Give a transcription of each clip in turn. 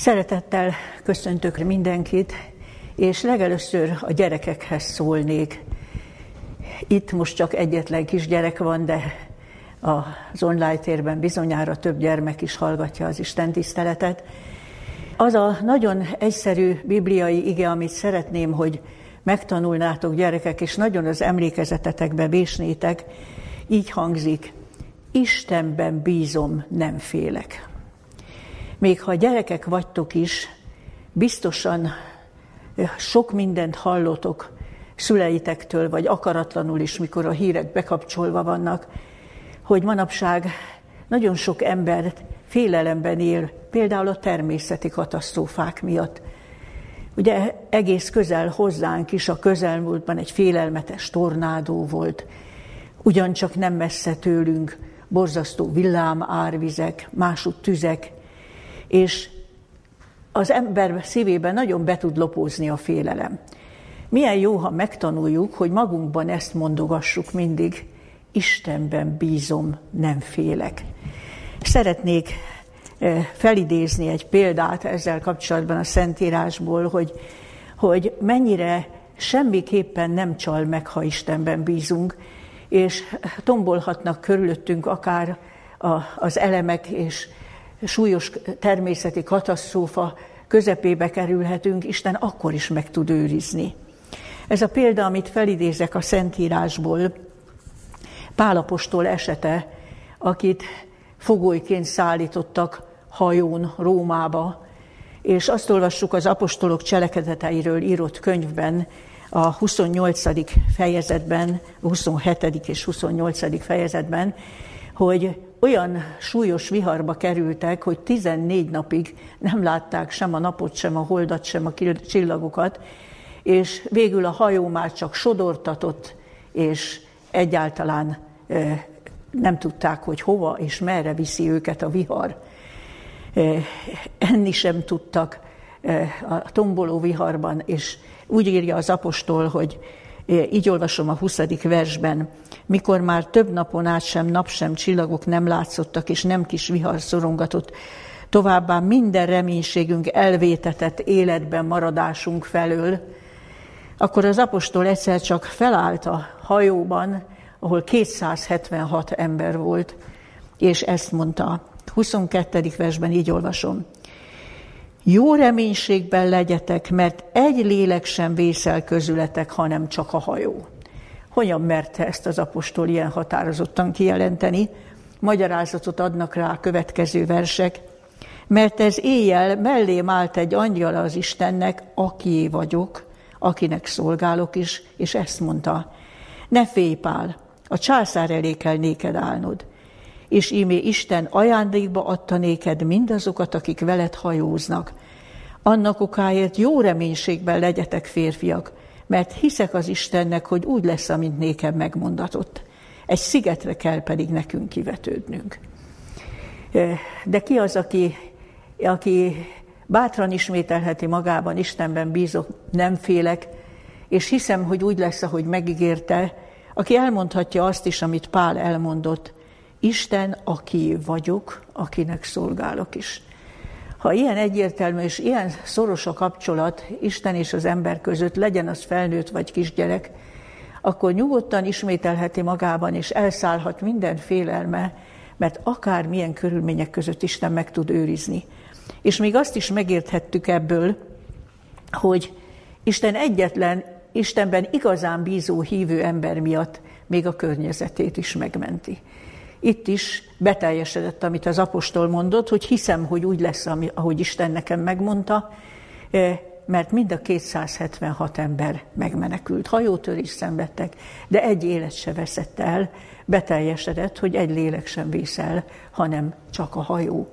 Szeretettel köszöntök mindenkit, és legelőször a gyerekekhez szólnék. Itt most csak egyetlen kisgyerek van, de az online térben bizonyára több gyermek is hallgatja az istentiszteletet. Az a nagyon egyszerű bibliai ige, amit szeretném, hogy megtanulnátok gyerekek, és nagyon az emlékezetetekbe vésnétek, így hangzik: Istenben bízom, nem félek. Még ha gyerekek vagytok is, biztosan sok mindent hallotok szüleitektől, vagy akaratlanul is, mikor a hírek bekapcsolva vannak, hogy manapság nagyon sok ember félelemben él, például a természeti katasztrófák miatt. Ugye egész közel hozzánk is a közelmúltban egy félelmetes tornádó volt, ugyancsak nem messze tőlünk borzasztó villámárvizek, másút tüzek, és az ember szívében nagyon be tud lopózni a félelem. Milyen jó, ha megtanuljuk, hogy magunkban ezt mondogassuk mindig: Istenben bízom, nem félek. Szeretnék felidézni egy példát ezzel kapcsolatban a Szentírásból, hogy mennyire semmiképpen nem csal meg, ha Istenben bízunk, és tombolhatnak körülöttünk akár az elemek, és súlyos természeti katasztrófa közepébe kerülhetünk, Isten akkor is meg tud őrizni. Ez a példa, amit felidézek a Szentírásból, Pál apostol esete, akit fogolyként szállítottak hajón Rómába, és azt olvassuk az apostolok cselekedeteiről írott könyvben, a 28. fejezetben, 27. és 28. fejezetben, hogy olyan súlyos viharba kerültek, hogy 14 napig nem látták sem a napot, sem a holdat, sem a csillagokat, és végül a hajó már csak sodortatott, és egyáltalán nem tudták, hogy hova és merre viszi őket a vihar. Enni sem tudtak a tomboló viharban, és úgy írja az apostol, hogy így olvasom a 20. versben: mikor már több napon át sem nap, sem csillagok nem látszottak, és nem kis vihar szorongatott, továbbá minden reménységünk elvétetett életben maradásunk felől, akkor az apostol egyszer csak felállt a hajóban, ahol 276 ember volt, és ezt mondta. 22. versben így olvasom: jó reménységben legyetek, mert egy lélek sem vészel közületek, hanem csak a hajó. Hogyan merte ezt az apostol ilyen határozottan kijelenteni? Magyarázatot adnak rá a következő versek. Mert ez éjjel mellém állt egy angyal az Istennek, akié vagyok, akinek szolgálok is, és ezt mondta: ne félj, Pál, a császár elé kell néked állnod, és íme Isten ajándékba adta néked mindazokat, akik veled hajóznak. Annak okáért jó reménységben legyetek, férfiak, mert hiszek az Istennek, hogy úgy lesz, amint nékem megmondatott. Egy szigetre kell pedig nekünk kivetődnünk. De ki az, aki bátran ismételheti magában: Istenben bízok, nem félek, és hiszem, hogy úgy lesz, ahogy megígérte, aki elmondhatja azt is, amit Pál elmondott: Isten, aki vagyok, akinek szolgálok is. Ha ilyen egyértelmű és ilyen szoros a kapcsolat Isten és az ember között, legyen az felnőtt vagy kisgyerek, akkor nyugodtan ismételheti magában, és elszállhat minden félelme, mert akármilyen körülmények között Isten meg tud őrizni. És még azt is megérthettük ebből, hogy Isten egyetlen, Istenben igazán bízó hívő ember miatt még a környezetét is megmenti. Itt is beteljesedett, amit az apostol mondott, hogy hiszem, hogy úgy lesz, ahogy Isten nekem megmondta, mert mind a 276 ember megmenekült. Hajótörést szenvedtek, de egy élet se veszett el. Beteljesedett, hogy egy lélek sem vészel, hanem csak a hajó.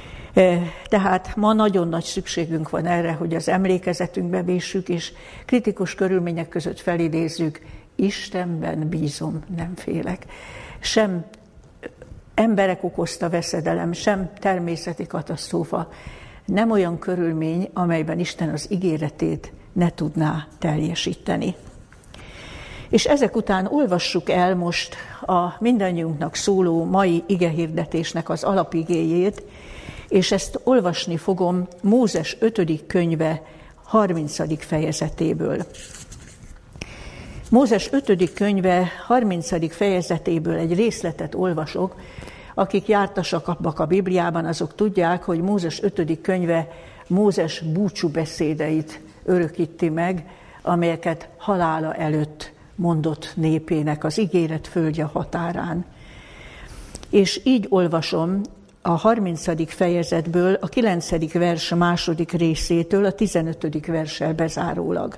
Tehát ma nagyon nagy szükségünk van erre, hogy az emlékezetünkbe véssük, és kritikus körülmények között felidézzük: Istenben bízom, nem félek. Sem emberek okozta veszedelem, sem természeti katasztrófa, nem olyan körülmény, amelyben Isten az ígéretét ne tudná teljesíteni. És ezek után olvassuk el most a mindannyiunknak szóló mai igehirdetésnek az alapigéjét, és ezt olvasni fogom Mózes 5. könyve 30. fejezetéből. Mózes 5. könyve 30. fejezetéből egy részletet olvasok. Akik jártasabbak a Bibliában, azok tudják, hogy Mózes 5. könyve Mózes búcsúbeszédeit örökíti meg, amelyeket halála előtt mondott népének az ígéret földje határán. És így olvasom a 30. fejezetből a 9. vers második részétől a 15. verssel bezárólag.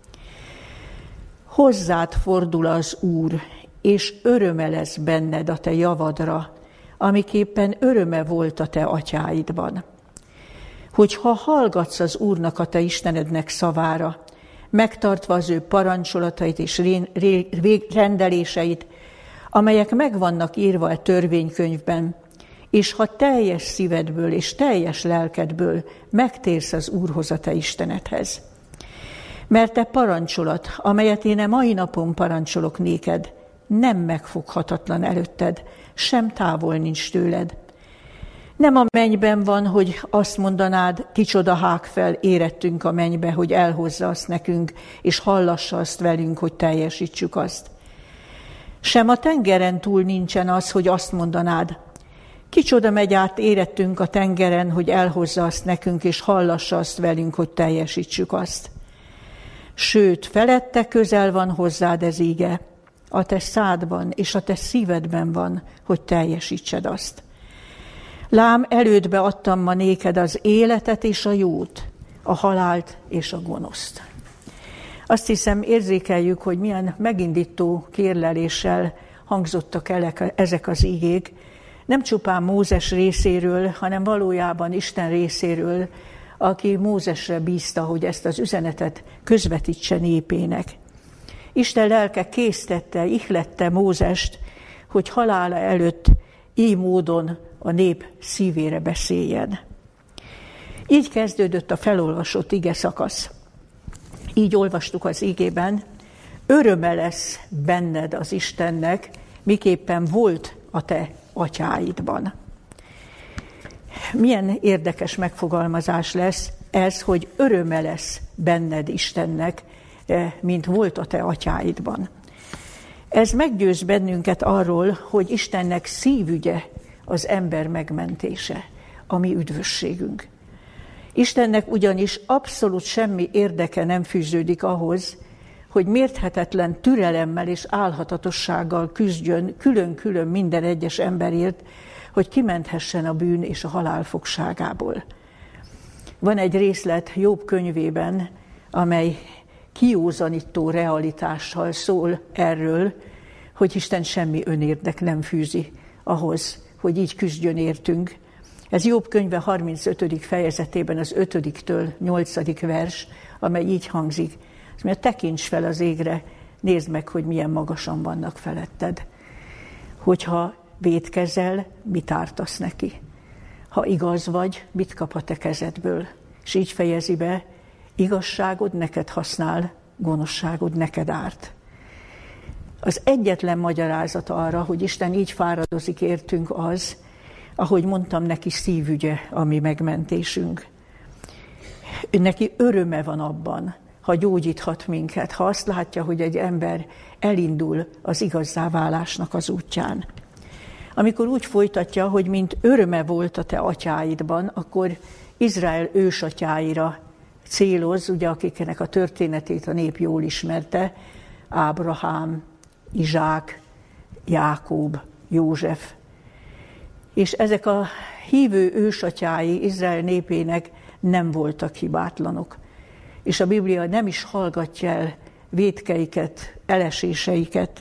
Hozzád fordul az Úr, és öröme lesz benned a te javadra, amiképpen öröme volt a te atyáidban. Hogyha hallgatsz az Úrnak, a te Istenednek szavára, megtartva az ő parancsolatait és rendeléseit, amelyek meg vannak írva a törvénykönyvben, és ha teljes szívedből és teljes lelkedből megtérsz az Úrhoz, a te Istenedhez. Mert te parancsolat, amelyet én a mai napon parancsolok néked, nem megfoghatatlan előtted, sem távol nincs tőled. Nem a mennyben van, hogy azt mondanád, kicsoda hág fel, érettünk a mennybe, hogy elhozza azt nekünk, és hallassa azt velünk, hogy teljesítsük azt. Sem a tengeren túl nincsen az, hogy azt mondanád, kicsoda megy át érettünk a tengeren, hogy elhozza azt nekünk, és hallassa azt velünk, hogy teljesítsük azt. Sőt, felette közel van hozzád ez íge, a te szádban és a te szívedben van, hogy teljesítsed azt. Lám, elődbe adtam ma néked az életet és a jót, a halált és a gonoszt. Azt hiszem, érzékeljük, hogy milyen megindító kérleléssel hangzottak el ezek az igék, nem csupán Mózes részéről, hanem valójában Isten részéről, aki Mózesre bízta, hogy ezt az üzenetet közvetítse népének. Isten lelke késztette, ihlette Mózest, hogy halála előtt így módon a nép szívére beszéljen. Így kezdődött a felolvasott ige szakasz. Így olvastuk az igében, öröme lesz benned az Istennek, miképpen volt a te atyáidban. Milyen érdekes megfogalmazás lesz ez, hogy öröme lesz benned Istennek, mint volt a te atyáidban. Ez meggyőz bennünket arról, hogy Istennek szívügye az ember megmentése, a mi üdvösségünk. Istennek ugyanis abszolút semmi érdeke nem fűződik ahhoz, hogy mérthetetlen türelemmel és álhatatossággal küzdjön külön-külön minden egyes emberért, hogy kimenthessen a bűn és a halál fogságából. Van egy részlet Jobb könyvében, amely kiózanító realitással szól erről, hogy Isten semmi önérdek nem fűzi ahhoz, hogy így küzdjön értünk. Ez Jobb könyve 35. fejezetében az 5-től 8. vers, amely így hangzik. Azt mondja, tekints fel az égre, nézd meg, hogy milyen magasan vannak feletted. Hogyha vétkezel, mit ártasz neki? Ha igaz vagy, mit kap a te kezedből? És így fejezi be, igazságod neked használ, gonoszságod neked árt. Az egyetlen magyarázat arra, hogy Isten így fáradozik értünk az, ahogy mondtam, neki szívügye a mi megmentésünk. Neki öröme van abban, ha gyógyíthat minket, ha azt látja, hogy egy ember elindul az igazzá válásnak az útján. Amikor úgy folytatja, hogy mint öröme volt a te atyáidban, akkor Izrael ősatyáira céloz, ugye akiknek a történetét a nép jól ismerte, Ábrahám, Izsák, Jákob, József. És ezek a hívő ősatyái Izrael népének nem voltak hibátlanok. És a Biblia nem is hallgatja el vétkeiket, eleséseiket,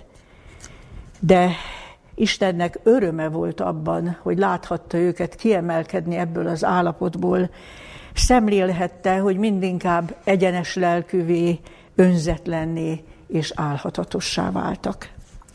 de Istennek öröme volt abban, hogy láthatta őket kiemelkedni ebből az állapotból, szemlélhette, hogy mindinkább egyenes lelkűvé, önzetlenné és álhatatossá váltak.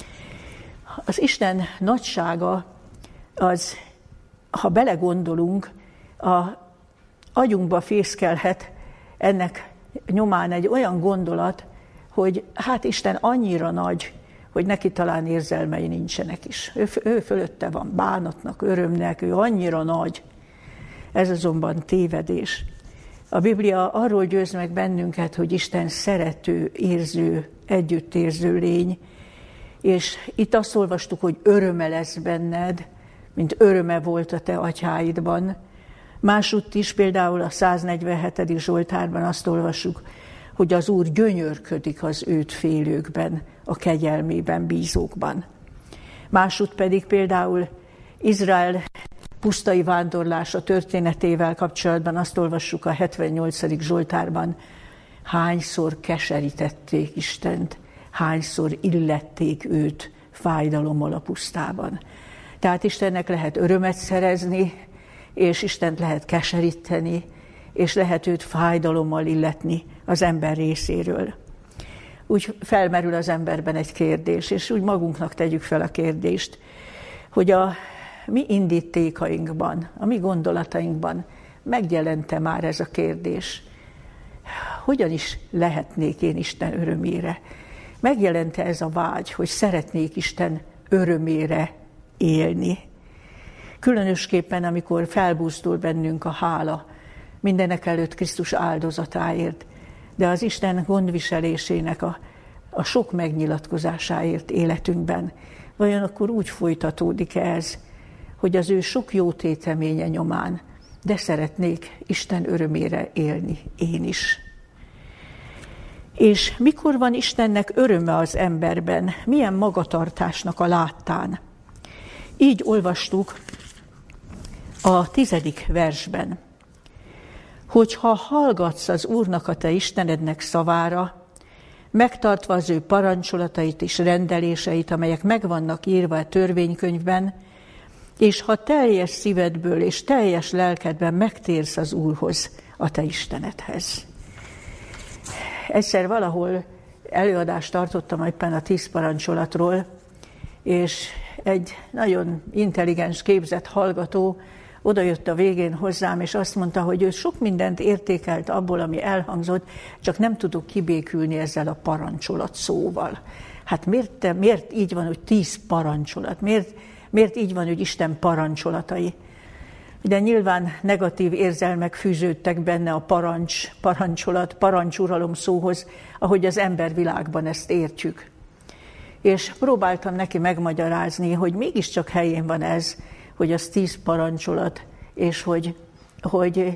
Az Isten nagysága az, ha belegondolunk, a agyunkba fészkelhet ennek nyomán egy olyan gondolat, hogy hát Isten annyira nagy, hogy neki talán érzelmei nincsenek is. Ő fölötte van bánatnak, örömnek, ő annyira nagy. Ez azonban tévedés. A Biblia arról győz meg bennünket, hogy Isten szerető, érző, együttérző lény, és itt azt olvastuk, hogy öröme lesz benned, mint öröme volt a te atyáidban. Másutt is, például a 147. Zsoltárban azt olvassuk, hogy az Úr gyönyörködik az őt félőkben, a kegyelmében bízókban. Másutt pedig például Izrael pusztai vándorlása történetével kapcsolatban azt olvassuk a 78. Zsoltárban, hányszor keserítették Istent, hányszor illették őt fájdalommal a pusztában. Tehát Istennek lehet örömet szerezni, és Istent lehet keseríteni, és lehet őt fájdalommal illetni az ember részéről. Úgy felmerül az emberben egy kérdés, és úgy magunknak tegyük fel a kérdést, hogy a mi indítékainkban, a mi gondolatainkban megjelente már ez a kérdés. Hogyan is lehetnék én Isten örömére? Megjelente ez a vágy, hogy szeretnék Isten örömére élni. Különösképpen, amikor felbuzdul bennünk a hála mindenek előtt Krisztus áldozatáért, de az Isten gondviselésének a sok megnyilatkozásáért életünkben. Vajon akkor úgy folytatódik ez, hogy az ő sok jó téteménye nyomán, de szeretnék Isten örömére élni én is. És mikor van Istennek öröme az emberben, milyen magatartásnak a láttán? Így olvastuk a 10. versben, hogyha hallgatsz az Úrnak, a te Istenednek szavára, megtartva az ő parancsolatait és rendeléseit, amelyek meg vannak írva a törvénykönyvben, és ha teljes szívedből és teljes lelkedben megtérsz az Úrhoz, a te Istenedhez. Egyszer valahol előadást tartottam éppen a 10 parancsolatról, és egy nagyon intelligens, képzett hallgató odajött a végén hozzám, és azt mondta, hogy ő sok mindent értékelt abból, ami elhangzott, csak nem tudok kibékülni ezzel a parancsolat szóval. Hát miért így van, hogy 10 parancsolat? Miért így van, hogy Isten parancsolatai? De nyilván negatív érzelmek fűződtek benne a parancsolat, parancsuralom szóhoz, ahogy az embervilágban ezt értjük. És próbáltam neki megmagyarázni, hogy mégiscsak helyén van ez, hogy az 10 parancsolat, és hogy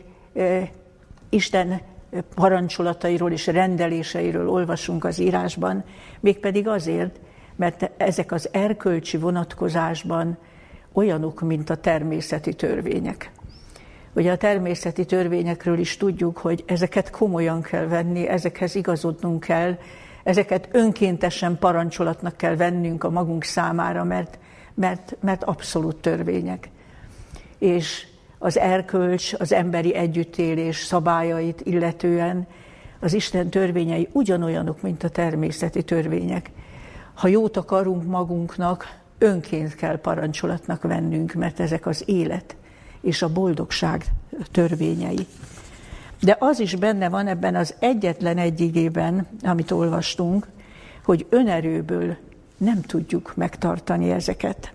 Isten parancsolatairól és rendeléseiről olvasunk az írásban, mégpedig azért, mert ezek az erkölcsi vonatkozásban olyanok, mint a természeti törvények. Ugye a természeti törvényekről is tudjuk, hogy ezeket komolyan kell venni, ezekhez igazodnunk kell, ezeket önkéntesen parancsolatnak kell vennünk a magunk számára, mert abszolút törvények. És az erkölcs, az emberi együttélés szabályait illetően az Isten törvényei ugyanolyanok, mint a természeti törvények. Ha jót akarunk magunknak, önként kell parancsolatnak vennünk, mert ezek az élet és a boldogság törvényei. De az is benne van ebben az egyetlen egy igében, amit olvastunk, hogy önerőből nem tudjuk megtartani ezeket.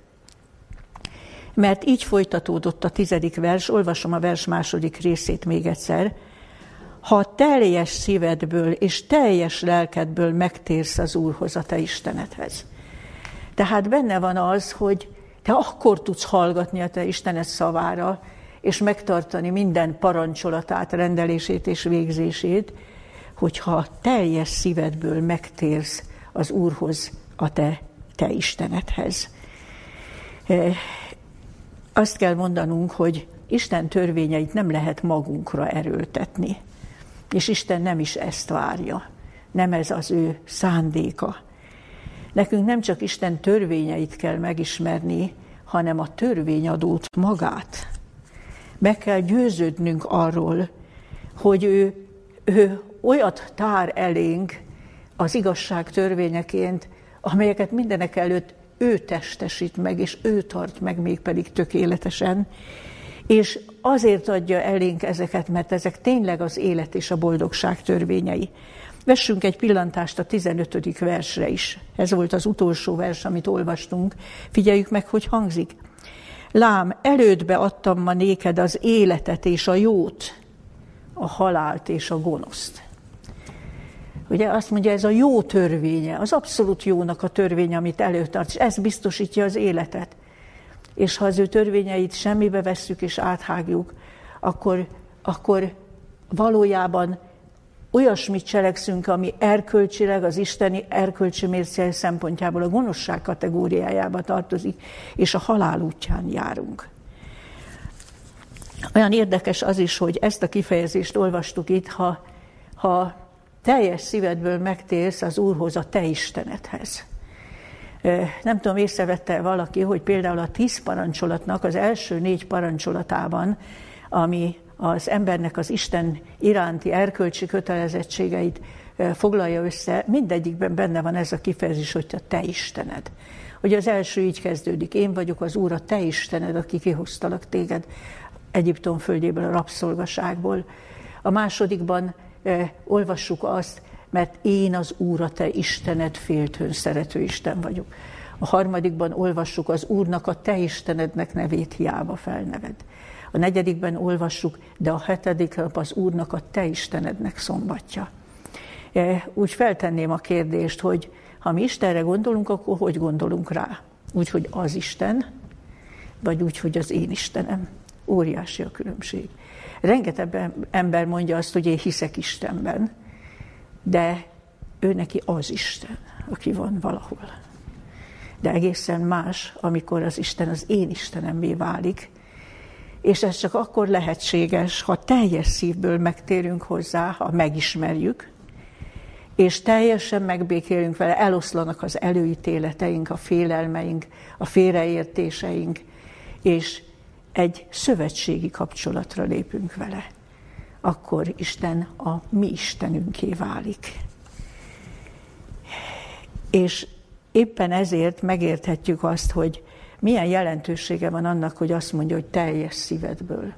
Mert így folytatódott a 10. vers, olvasom a vers második részét még egyszer. Ha teljes szívedből és teljes lelkedből megtérsz az Úrhoz, a te Istenedhez. Tehát benne van az, hogy te akkor tudsz hallgatni a te Istened szavára, és megtartani minden parancsolatát, rendelését és végzését, hogyha teljes szívedből megtérsz az Úrhoz, a te Istenedhez. Azt kell mondanunk, hogy Isten törvényeit nem lehet magunkra erőltetni, és Isten nem is ezt várja, nem ez az ő szándéka. Nekünk nem csak Isten törvényeit kell megismerni, hanem a törvényadót magát. Meg kell győződnünk arról, hogy ő olyat tár elénk az igazság törvényeként, amelyeket mindenek előtt ő testesít meg, és ő tart meg mégpedig tökéletesen, és azért adja elénk ezeket, mert ezek tényleg az élet és a boldogság törvényei. Vessünk egy pillantást a 15. versre is. Ez volt az utolsó vers, amit olvastunk. Figyeljük meg, hogy hangzik. Lám, elődbe adtam ma néked az életet és a jót, a halált és a gonoszt. Ugye azt mondja, ez a jó törvénye, az abszolút jónak a törvénye, amit előtart, és ez biztosítja az életet. És ha az ő törvényeit semmibe vesszük és áthágjuk, akkor valójában olyasmit cselekszünk, ami erkölcsileg, az isteni erkölcsi mérce szempontjából a gonoszság kategóriájába tartozik, és a halál útján járunk. Olyan érdekes az is, hogy ezt a kifejezést olvastuk itt, ha teljes szívedből megtérsz az Úrhoz, a te Istenedhez. Nem tudom, észrevette valaki, hogy például a 10 parancsolatnak az első 4 parancsolatában, ami az embernek az Isten iránti erkölcsi kötelezettségeit foglalja össze, mindegyikben benne van ez a kifejezés, hogy a te Istened. Hogy az első így kezdődik, én vagyok az Úr, a te Istened, aki kihoztalak téged Egyiptom földjéből, a rabszolgaságból. A másodikban olvassuk azt, mert én az Úr, a te Istened, féltőn szerető Isten vagyok. A harmadikban olvassuk az Úrnak, a te Istenednek nevét hiába felneved. A negyedikben olvassuk, de a 7. nap az Úrnak, a te Istenednek szombatja. Úgy feltenném a kérdést, hogy ha mi Istenre gondolunk, akkor hogy gondolunk rá? Úgy, hogy az Isten, vagy úgy, hogy az én Istenem? Óriási a különbség. Rengeteg ember mondja azt, hogy én hiszek Istenben, de ő neki az Isten, aki van valahol. De egészen más, amikor az Isten az én Istenemmé válik, és ez csak akkor lehetséges, ha teljes szívből megtérünk hozzá, ha megismerjük, és teljesen megbékélünk vele, eloszlanak az előítéleteink, a félelmeink, a félreértéseink, és egy szövetségi kapcsolatra lépünk vele. Akkor Isten a mi Istenünké válik. És éppen ezért megérthetjük azt, hogy milyen jelentősége van annak, hogy azt mondja, hogy teljes szívedből.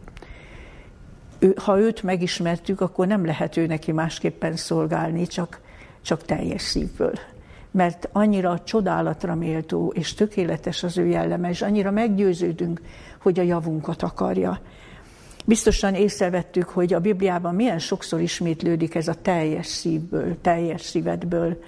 Ha őt megismertük, akkor nem lehet ő neki másképpen szolgálni, csak teljes szívből. Mert annyira csodálatra méltó és tökéletes az ő jelleme, és annyira meggyőződünk, hogy a javunkat akarja. Biztosan észrevettük, hogy a Bibliában milyen sokszor ismétlődik ez a teljes szívből, teljes szívedből.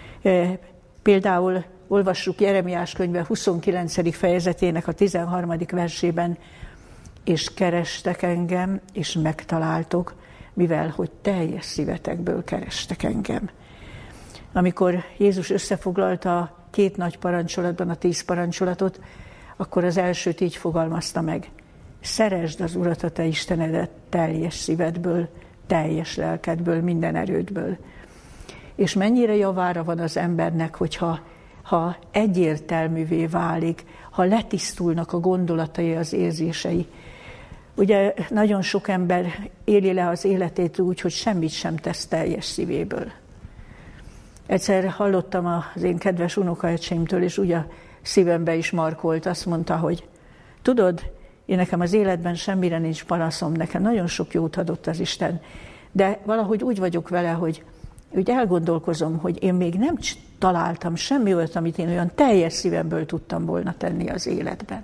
Például olvassuk Jeremiás könyve 29. fejezetének a 13. versében, és kerestek engem, és megtaláltok, mivel hogy teljes szívetekből kerestek engem. Amikor Jézus összefoglalta a 2 nagy parancsolatban a 10 parancsolatot, akkor az elsőt így fogalmazta meg. Szeresd az Urat, a te Istenedet teljes szívedből, teljes lelkedből, minden erődből. És mennyire javára van az embernek, hogyha egyértelművé válik, ha letisztulnak a gondolatai, az érzései. Ugye nagyon sok ember éli le az életét úgy, hogy semmit sem tesz teljes szívéből. Egyszer hallottam az én kedves unokaöcsémtől, és úgy a szívembe is markolt, azt mondta, hogy tudod, én nekem az életben semmire nincs panaszom, nekem nagyon sok jót adott az Isten, de valahogy úgy vagyok vele, hogy úgy elgondolkozom, hogy én még nem találtam semmi olyat, amit én olyan teljes szívemből tudtam volna tenni az életben.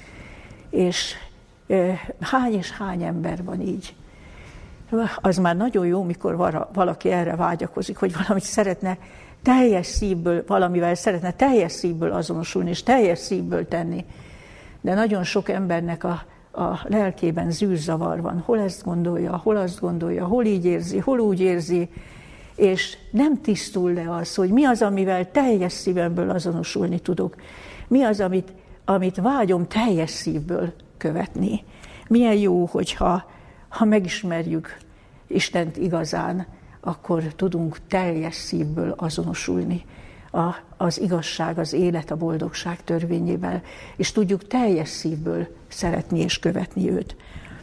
És hány és hány ember van így. Az már nagyon jó, mikor valaki erre vágyakozik, hogy valamit szeretne teljes szívből, valamivel szeretne teljes szívből azonosulni, és teljes szívből tenni. De nagyon sok embernek a lelkében zűrzavar van. Hol ezt gondolja, hol azt gondolja, hol így érzi, hol úgy érzi, és nem tisztul le az, hogy mi az, amivel teljes szívemből azonosulni tudok. Mi az, amit vágyom teljes szívből követni. Milyen jó, hogyha megismerjük Istent igazán, akkor tudunk teljes szívből azonosulni az igazság, az élet, a boldogság törvényével, és tudjuk teljes szívből szeretni és követni őt.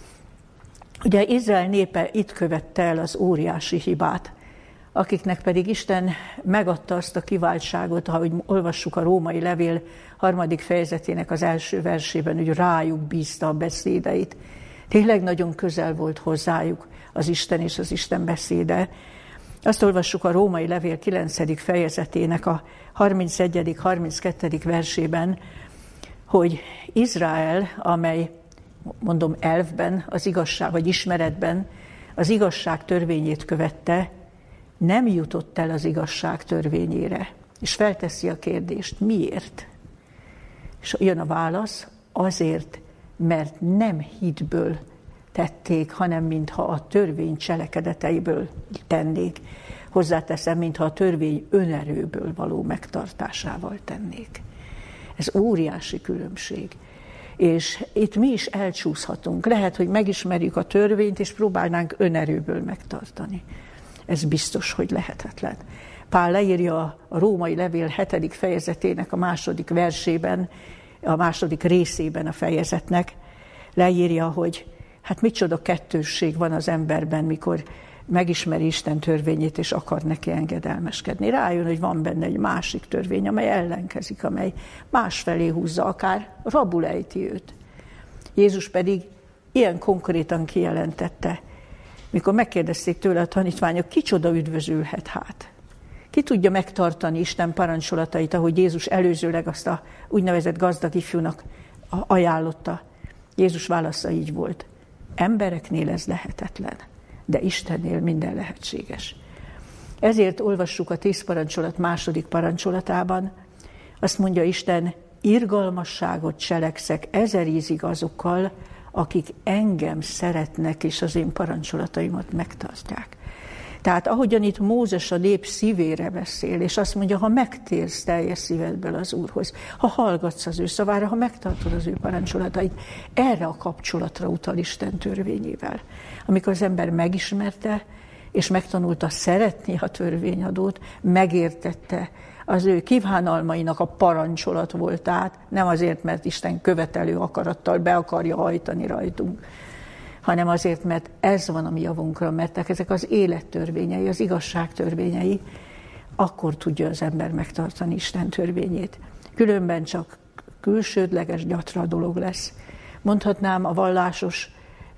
Ugye Izrael népe itt követte el az óriási hibát, akiknek pedig Isten megadta azt a kiváltságot, ahogy olvassuk a római levél 3. fejezetének az első versében, hogy rájuk bízta a beszédeit. Tényleg nagyon közel volt hozzájuk az Isten és az Isten beszéde. Azt olvassuk a római levél 9. fejezetének a 31. 32. versében, hogy Izrael, amely, mondom, elvben, az igazság, vagy ismeretben az igazság törvényét követte, nem jutott el az igazság törvényére. És felteszi a kérdést, miért? És jön a válasz, azért, mert nem hitből tették, hanem mintha a törvény cselekedeteiből tennék. Hozzáteszem, mintha a törvény önerőből való megtartásával tennék. Ez óriási különbség. És itt mi is elcsúszhatunk. Lehet, hogy megismerjük a törvényt, és próbálnánk önerőből megtartani. Ez biztos, hogy lehetetlen. Pál leírja a római levél 7. fejezetének a 2. versében, a 2. részében a fejezetnek, leírja, hogy hát micsoda kettősség van az emberben, mikor megismeri Isten törvényét, és akar neki engedelmeskedni. Rájön, hogy van benne egy másik törvény, amely ellenkezik, amely másfelé húzza, akár rabul ejti őt. Jézus pedig ilyen konkrétan kijelentette, mikor megkérdezték tőle a tanítványok, kicsoda üdvözülhet hát? Ki tudja megtartani Isten parancsolatait, ahogy Jézus előzőleg azt a úgynevezett gazdag ifjúnak ajánlotta? Jézus válasza így volt, embereknél ez lehetetlen, de Istennél minden lehetséges. Ezért olvassuk a 10 parancsolat 2. parancsolatában, azt mondja Isten, irgalmasságot cselekszek 1000 ízig azokkal, akik engem szeretnek, és az én parancsolataimat megtartják. Tehát ahogyan itt Mózes a nép szívére beszél, és azt mondja, ha megtérsz teljes szívedből az Úrhoz, ha hallgatsz az ő szavára, ha megtartod az ő parancsolatait, erre a kapcsolatra utal Isten törvényével. Amikor az ember megismerte, és megtanulta szeretni a törvényadót, megértette az ő kívánalmainak a parancsolat voltát, nem azért, mert Isten követelő akarattal be akarja hajtani rajtunk, hanem azért, mert ez van a mi javunkra, mert ezek az élet törvényei, az igazság törvényei, akkor tudja az ember megtartani Isten törvényét. Különben csak külsődleges, gyatra dolog lesz. Mondhatnám, a vallásos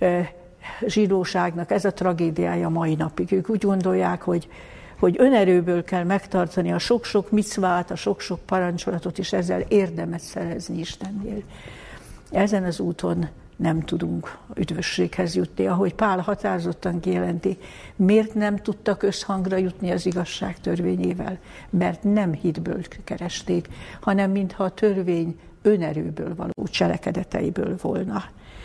zsidóságnak ez a tragédiája mai napig. Ők úgy gondolják, hogy önerőből kell megtartani a sok-sok micvát, a sok-sok parancsolatot, és ezzel érdemet szerezni Istennél. Ezen az úton nem tudunk üdvösséghez jutni. Ahogy Pál határozottan kijelenti, miért nem tudtak összhangra jutni az igazság törvényével? Mert nem hitből keresték, hanem mintha a törvény önerőből való cselekedeteiből volna.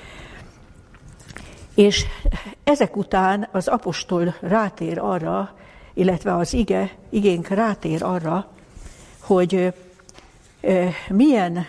És ezek után az apostol rátér arra, illetve az igénk rátér arra, hogy milyen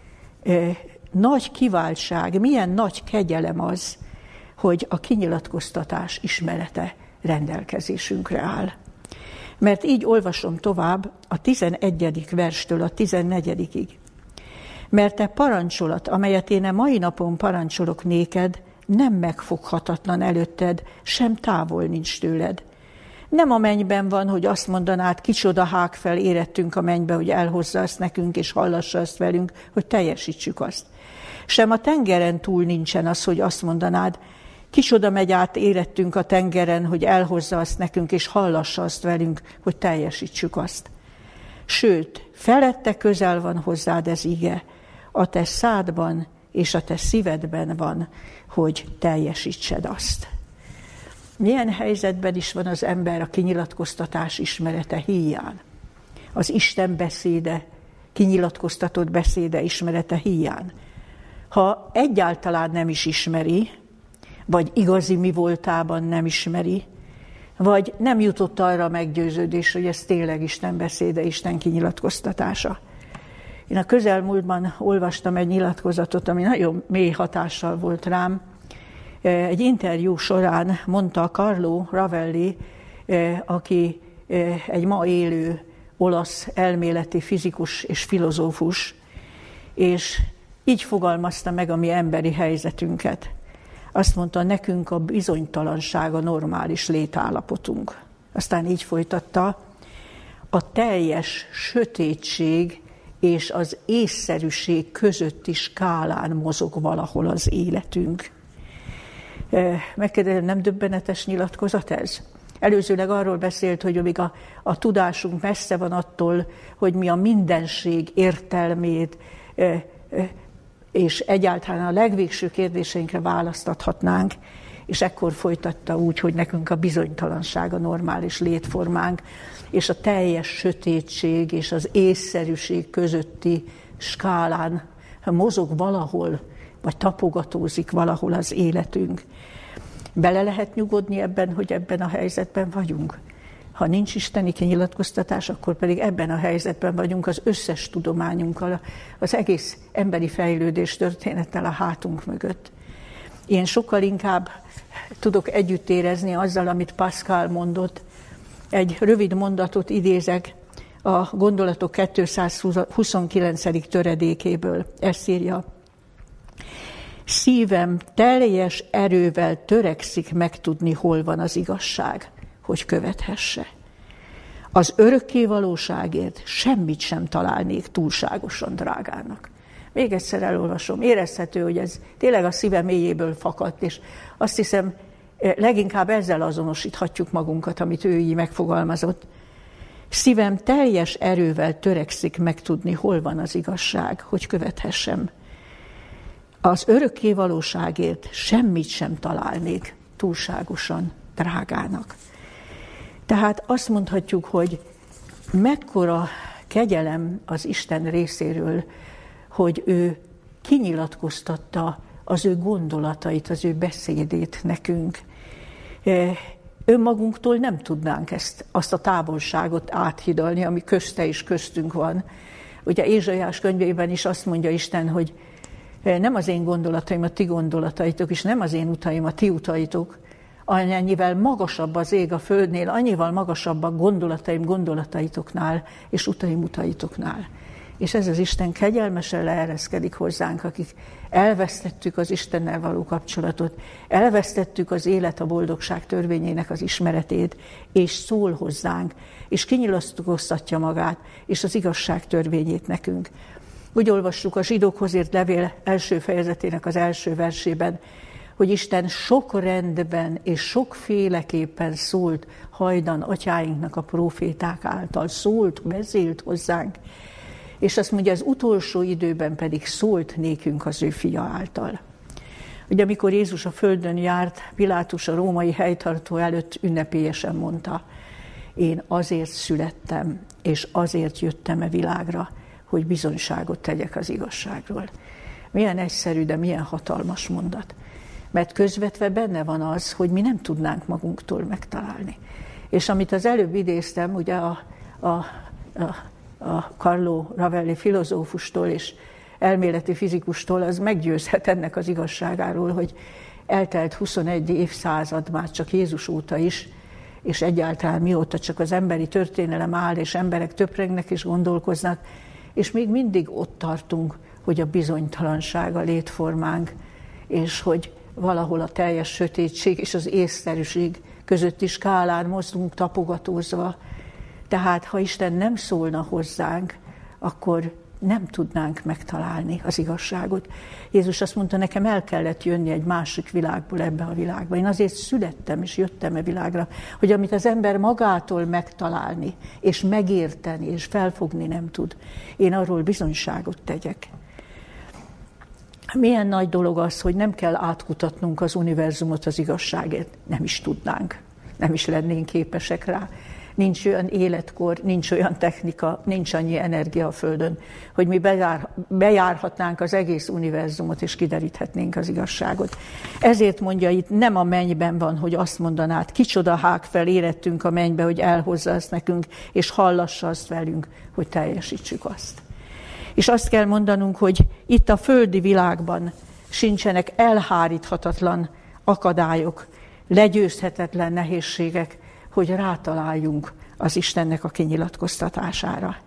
nagy kiváltság, milyen nagy kegyelem az, hogy a kinyilatkoztatás ismerete rendelkezésünkre áll. Mert így olvasom tovább a 11. verstől a 14-ig. Mert te parancsolat, amelyet én a mai napon parancsolok néked, nem megfoghatatlan előtted, sem távol nincs tőled. Nem a mennyben van, hogy azt mondanád, kicsoda hág fel érettünk a mennybe, hogy elhozza azt nekünk, és hallassa azt velünk, hogy teljesítsük azt. Sem a tengeren túl nincsen az, hogy azt mondanád, kicsoda megy át érettünk a tengeren, hogy elhozza azt nekünk, és hallassa azt velünk, hogy teljesítsük azt. Sőt, felette közel van hozzád ez ige, a te szádban és a te szívedben van, hogy teljesítsed azt. Milyen helyzetben is van az ember a kinyilatkoztatás ismerete híján? Az Isten beszéde, kinyilatkoztatott beszéde ismerete híján. Ha egyáltalán nem is ismeri, vagy igazi mi voltában nem ismeri, vagy nem jutott arra a meggyőződés, hogy ez tényleg Isten beszéde, Isten kinyilatkoztatása. Én a közelmúltban olvastam egy nyilatkozatot, ami nagyon mély hatással volt rám. Egy interjú során mondta Carlo Ravelli, aki egy ma élő olasz elméleti fizikus és filozófus, és így fogalmazta meg a mi emberi helyzetünket. Azt mondta, nekünk a bizonytalanság a normális létállapotunk. Aztán így folytatta, a teljes sötétség és az észszerűség közötti skálán mozog valahol az életünk. Megkérdezem, nem döbbenetes nyilatkozat ez? Előzőleg arról beszélt, hogy amíg a tudásunk messze van attól, hogy mi a mindenség értelmét és egyáltalán a legvégső kérdéseinkre választ adhatnánk, és ekkor folytatta úgy, hogy nekünk a bizonytalanság a normális létformánk, és a teljes sötétség és az észszerűség közötti skálán mozog valahol, vagy tapogatózik valahol az életünk. Bele lehet nyugodni ebben, hogy ebben a helyzetben vagyunk. Ha nincs isteni kinyilatkoztatás, akkor pedig ebben a helyzetben vagyunk az összes tudományunkkal, az egész emberi fejlődés történettel a hátunk mögött. Én sokkal inkább tudok együtt érezni azzal, amit Pascal mondott. Egy rövid mondatot idézek a Gondolatok 229. töredékéből. Ezt írja: szívem teljes erővel törekszik megtudni, hol van az igazság, hogy követhesse. Az örökké valóságért semmit sem találnék túlságosan drágának. Még egyszer elolvasom. Érezhető, hogy ez tényleg a szíve mélyéből fakadt, és azt hiszem, leginkább ezzel azonosíthatjuk magunkat, amit ő így megfogalmazott. Szívem teljes erővel törekszik megtudni, hol van az igazság, hogy követhessem. Az örökké valóságért semmit sem találnék túlságosan drágának. Tehát azt mondhatjuk, hogy mekkora kegyelem az Isten részéről, hogy ő kinyilatkoztatta az ő gondolatait, az ő beszédét nekünk. Önmagunktól nem tudnánk azt a távolságot áthidalni, ami közte és köztünk van. Ugye Ézsaiás könyvében is azt mondja Isten, hogy nem az én gondolataim a ti gondolataitok, és nem az én utaim a ti utaitok, annyivel magasabb az ég a földnél, annyival magasabb a gondolataim gondolataitoknál, és utaim utaitoknál. És ez az Isten kegyelmesen leereszkedik hozzánk, akik elvesztettük az Istennel való kapcsolatot, elvesztettük az élet, a boldogság törvényének az ismeretét, és szól hozzánk, és kinyilatkoztatja magát, és az igazság törvényét nekünk. Úgy olvassuk a Zsidókhoz írt levél első fejezetének az első versében, hogy Isten sok rendben és sokféleképpen szólt hajdan atyáinknak a próféták által, szólt, beszélt hozzánk, és azt mondja, az utolsó időben pedig szólt nékünk az ő fia által. Ugye amikor Jézus a földön járt, Pilátus a római helytartó előtt ünnepélyesen mondta, én azért születtem, és azért jöttem a világra, hogy bizonyságot tegyek az igazságról. Milyen egyszerű, de milyen hatalmas mondat. Mert közvetve benne van az, hogy mi nem tudnánk magunktól megtalálni. És amit az előbb idéztem, ugye a Carlo Ravelli filozófustól és elméleti fizikustól, az meggyőzhet ennek az igazságáról, hogy eltelt 21 évszázad már csak Jézus óta is, és egyáltalán mióta csak az emberi történelem áll, és emberek töprengnek és gondolkoznak, és még mindig ott tartunk, hogy a bizonytalanság a létformánk, és hogy valahol a teljes sötétség és az észszerűség közötti skálán mozdulunk tapogatózva. Tehát, ha Isten nem szólna hozzánk, akkor nem tudnánk megtalálni az igazságot. Jézus azt mondta, nekem el kellett jönni egy másik világból ebbe a világba. Én azért születtem és jöttem a világra, hogy amit az ember magától megtalálni, és megérteni, és felfogni nem tud, én arról bizonyságot tegyek. Milyen nagy dolog az, hogy nem kell átkutatnunk az univerzumot az igazságért. Nem is tudnánk, nem is lennénk képesek rá. Nincs olyan életkor, nincs olyan technika, nincs annyi energia a Földön, hogy mi bejárhatnánk az egész univerzumot, és kideríthetnénk az igazságot. Ezért mondja itt, nem a mennyben van, hogy azt mondanád, kicsoda hág fel érettünk a mennybe, hogy elhozza azt nekünk, és hallassa azt velünk, hogy teljesítsük azt. És azt kell mondanunk, hogy itt a földi világban sincsenek elháríthatatlan akadályok, legyőzhetetlen nehézségek, hogy rátaláljunk az Istennek a kinyilatkoztatására.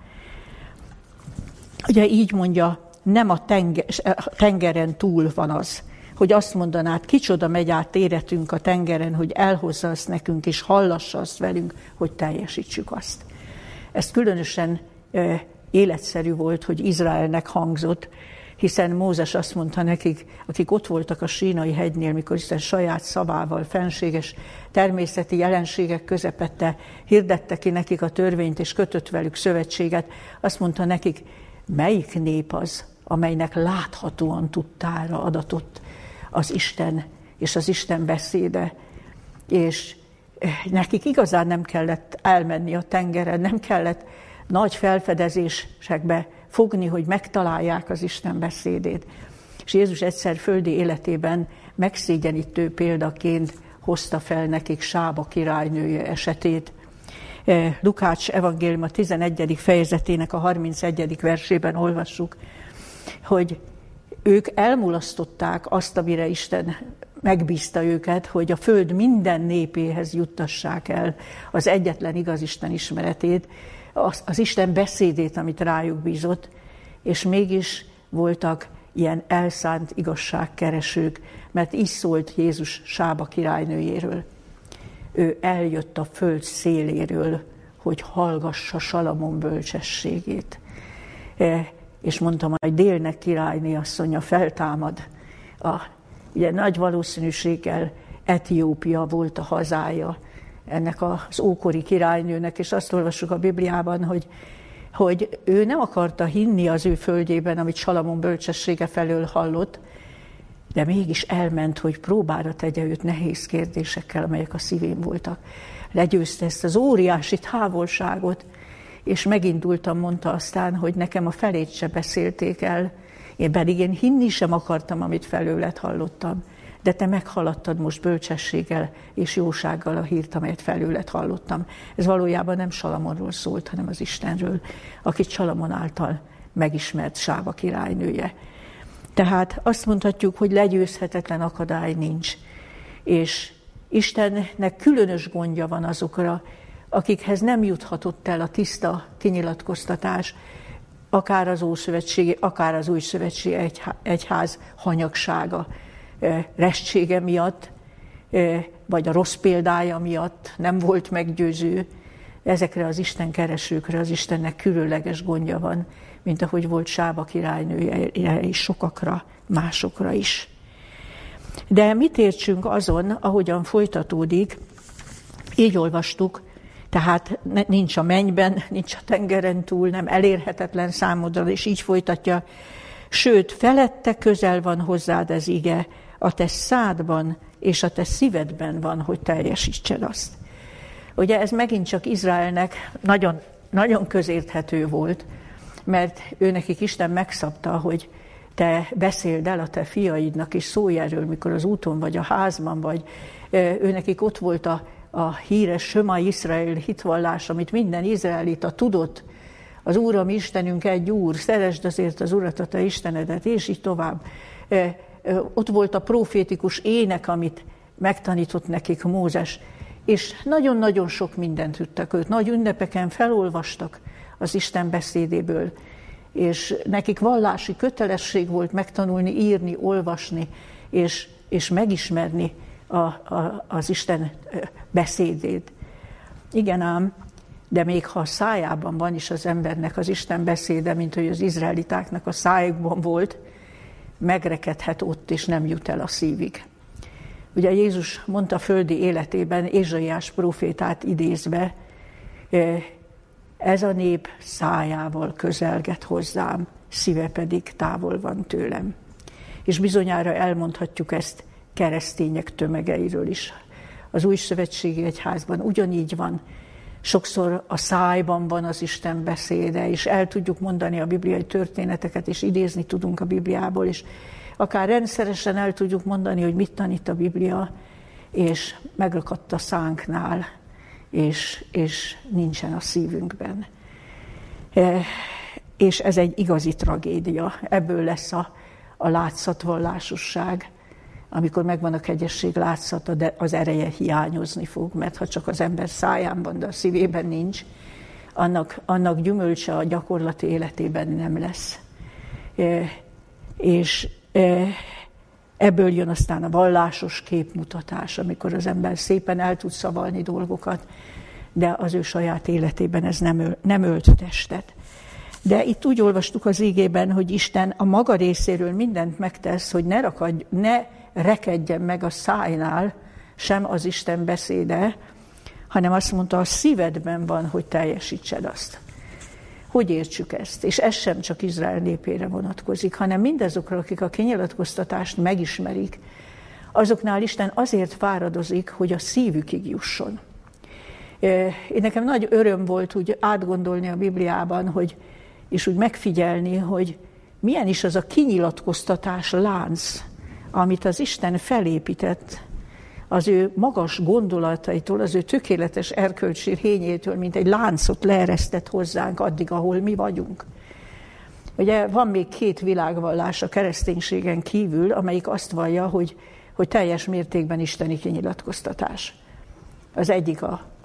Ugye így mondja, nem a tengeren túl van az, hogy azt mondanád, kicsoda megy át éretünk a tengeren, hogy elhozza azt nekünk, és hallassa azt velünk, hogy teljesítsük azt. Ez különösen életszerű volt, hogy Izraelnek hangzott, hiszen Mózes azt mondta nekik, akik ott voltak a Sínai hegynél, mikor Isten saját szavával, fenséges természeti jelenségek közepette hirdette ki nekik a törvényt, és kötött velük szövetséget, azt mondta nekik, melyik nép az, amelynek láthatóan tudtára adatott az Isten és az Isten beszéde. És nekik igazán nem kellett elmenni a tengeren, nem kellett nagy felfedezésekbe fogni, hogy megtalálják az Isten beszédét. És Jézus egyszer földi életében megszégyenítő példaként hozta fel nekik Sába királynője esetét. Lukács evangélium a 11. fejezetének a 31. versében olvassuk, hogy ők elmulasztották azt, amire Isten megbízta őket, hogy a föld minden népéhez juttassák el az egyetlen igaz Isten ismeretét, az Isten beszédét, amit rájuk bízott, és mégis voltak ilyen elszánt igazságkeresők, mert így szólt Jézus Sába királynőjéről. Ő eljött a föld széléről, hogy hallgassa Salamon bölcsességét. És mondtam, hogy délnek királyné asszonya feltámad. Ugye nagy valószínűséggel Etiópia volt a hazája ennek az ókori királynőnek, és azt olvassuk a Bibliában, hogy ő nem akarta hinni az ő földjében, amit Salamon bölcsessége felől hallott, de mégis elment, hogy próbára tegye őt nehéz kérdésekkel, amelyek a szívén voltak. Legyőzte ezt az óriási távolságot, és megindultam, mondta aztán, hogy nekem a felét se beszélték el, én hinni sem akartam, amit felőled hallottam, de te meghaladtad most bölcsességgel és jósággal a hírt, amelyet felőled hallottam. Ez valójában nem Salamonról szólt, hanem az Istenről, akit Salamon által megismert Sába királynője. Tehát azt mondhatjuk, hogy legyőzhetetlen akadály nincs, és Istennek különös gondja van azokra, akikhez nem juthatott el a tiszta kinyilatkoztatás, akár az Ószövetségi, akár az Újszövetségi egyház hanyagsága, restsége miatt, vagy a rossz példája miatt nem volt meggyőző. Ezekre az Isten keresőkre az Istennek különleges gondja van, mint ahogy volt Sába királynője és sokakra, másokra is. De mit értsünk azon, ahogyan folytatódik, így olvastuk, tehát nincs a mennyben, nincs a tengeren túl, nem elérhetetlen számodra, és így folytatja, sőt, felette közel van hozzád ez ige, a te szádban és a te szívedben van, hogy teljesítsed azt. Ugye ez megint csak Izraelnek nagyon, nagyon közérthető volt, mert őnekik Isten megszabta, hogy te beszéld el a te fiaidnak, és szólj erről, mikor az úton vagy a házban vagy. Őnekik ott volt a híres Söma Izrael hitvallás, amit minden izraelita tudott. Az Úr, a mi Istenünk egy Úr, szeresd azért az Urat, a te Istenedet, és így tovább. Ott volt a profétikus ének, amit megtanított nekik Mózes, és nagyon-nagyon sok mindent tudtak őt. Nagy ünnepeken felolvastak az Isten beszédéből, és nekik vallási kötelesség volt megtanulni, írni, olvasni, és megismerni az Isten beszédét. Igen ám, de még ha a szájában van is az embernek az Isten beszéde, mint hogy az izraelitáknak a szájukban volt, megrekedhet ott, és nem jut el a szívig. Ugye Jézus mondta földi életében, Ézsaiás prófétát idézve, ez a nép szájával közelget hozzám, szíve pedig távol van tőlem. És bizonyára elmondhatjuk ezt keresztények tömegeiről is. Az Újszövetségi Egyházban ugyanígy van. Sokszor a szájban van az Isten beszéde, és el tudjuk mondani a bibliai történeteket, és idézni tudunk a Bibliából, és akár rendszeresen el tudjuk mondani, hogy mit tanít a Biblia, és megrakadt a szánknál, és nincsen a szívünkben. És ez egy igazi tragédia. Ebből lesz a látszatvallásosság. Amikor megvan a kegyesség látszata, de az ereje hiányozni fog, mert ha csak az ember száján van, de a szívében nincs, annak gyümölcse a gyakorlati életében nem lesz. És ebből jön aztán a vallásos képmutatás, amikor az ember szépen el tud szavalni dolgokat, de az ő saját életében ez nem ölt testet. De itt úgy olvastuk az igében, hogy Isten a maga részéről mindent megtesz, hogy ne rekedjen meg a szájnál sem az Isten beszéde, hanem azt mondta, a szívedben van, hogy teljesítsed azt. Hogy értsük ezt? És ez sem csak Izrael népére vonatkozik, hanem mindazokra, akik a kinyilatkoztatást megismerik, azoknál Isten azért fáradozik, hogy a szívükig jusson. Nekem nagy öröm volt úgy átgondolni a Bibliában, és úgy megfigyelni, hogy milyen is az a kinyilatkoztatás lánc, amit az Isten felépített az ő magas gondolataitól, az ő tökéletes erkölcsi rényétől, mint egy láncot leeresztett hozzánk addig, ahol mi vagyunk. Ugye van még 2 világvallás a kereszténységen kívül, amelyik azt vallja, hogy teljes mértékben isteni kinyilatkoztatás. Az egyik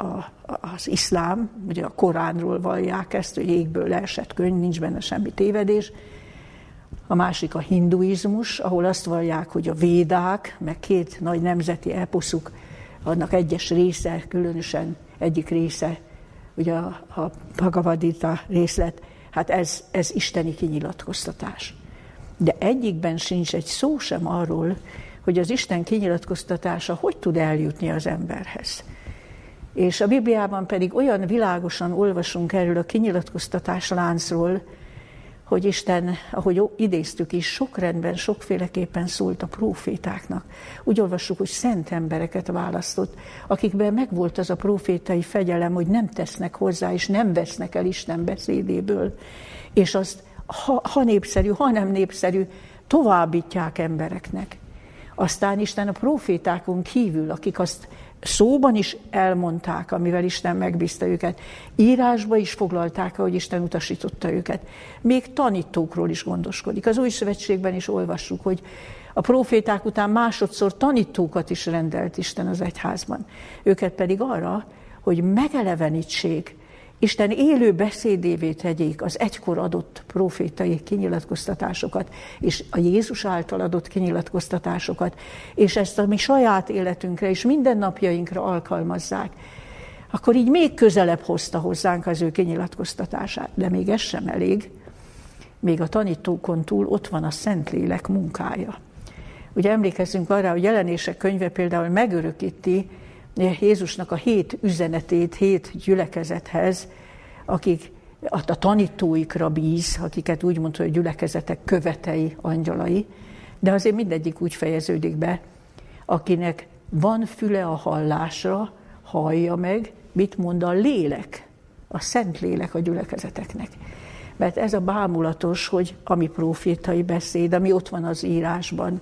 az iszlám, ugye a Koránról vallják ezt, hogy égből leesett könyv, nincs benne semmi tévedés. A másik a hinduizmus, ahol azt vallják, hogy a védák, meg 2 nagy nemzeti eposzuk, annak egyes része, különösen egyik része, ugye a Bhagavad Gita részlet, hát ez isteni kinyilatkoztatás. De egyikben sincs egy szó sem arról, hogy az Isten kinyilatkoztatása hogy tud eljutni az emberhez. És a Bibliában pedig olyan világosan olvasunk erről a kinyilatkoztatás láncról, hogy Isten, ahogy idéztük is, sok rendben, sokféleképpen szólt a prófétáknak. Úgy olvassuk, hogy szent embereket választott, akikben megvolt az a prófétai fegyelem, hogy nem tesznek hozzá, és nem vesznek el Isten beszédéből. És azt, ha népszerű, ha nem népszerű, továbbítják embereknek. Aztán Isten a prófétákon kívül, akik azt szóban is elmondták, amivel Isten megbízta őket, írásba is foglalták, ahogy Isten utasította őket. Még tanítókról is gondoskodik. Az Új Szövetségben is olvassuk, hogy a próféták után másodszor tanítókat is rendelt Isten az egyházban. Őket pedig arra, hogy megelevenítsék, Isten élő beszédévé tegyék az egykor adott prófétai kinyilatkoztatásokat, és a Jézus által adott kinyilatkoztatásokat, és ezt a mi saját életünkre és mindennapjainkra alkalmazzák, akkor így még közelebb hozta hozzánk az ő kinyilatkoztatását. De még ez sem elég, még a tanítókon túl ott van a Szentlélek munkája. Ugye emlékezzünk arra, hogy Jelenések könyve például megörökíti Jézusnak a 7 üzenetét 7 gyülekezethez, akik a tanítóikra bíz, akiket úgy mondta, hogy gyülekezetek követei, angyalai, de azért mindegyik úgy fejeződik be, akinek van füle a hallásra, hallja meg, mit mond a lélek, a Szentlélek a gyülekezeteknek. Mert ez a bámulatos, hogy ami prófétai beszéd, ami ott van az írásban,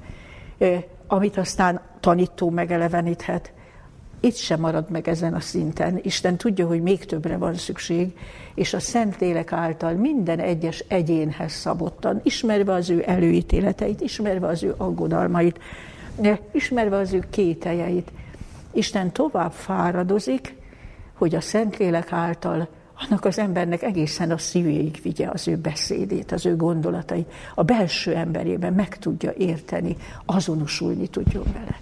amit aztán tanító megeleveníthet, itt sem marad meg ezen a szinten. Isten tudja, hogy még többre van szükség, és a Szentlélek által minden egyes egyénhez szabottan, ismerve az ő előítéleteit, ismerve az ő aggodalmait, ismerve az ő kételjeit, Isten tovább fáradozik, hogy a Szentlélek által annak az embernek egészen a szívéig vigye az ő beszédét, az ő gondolatait, a belső emberében meg tudja érteni, azonosulni tudjon vele.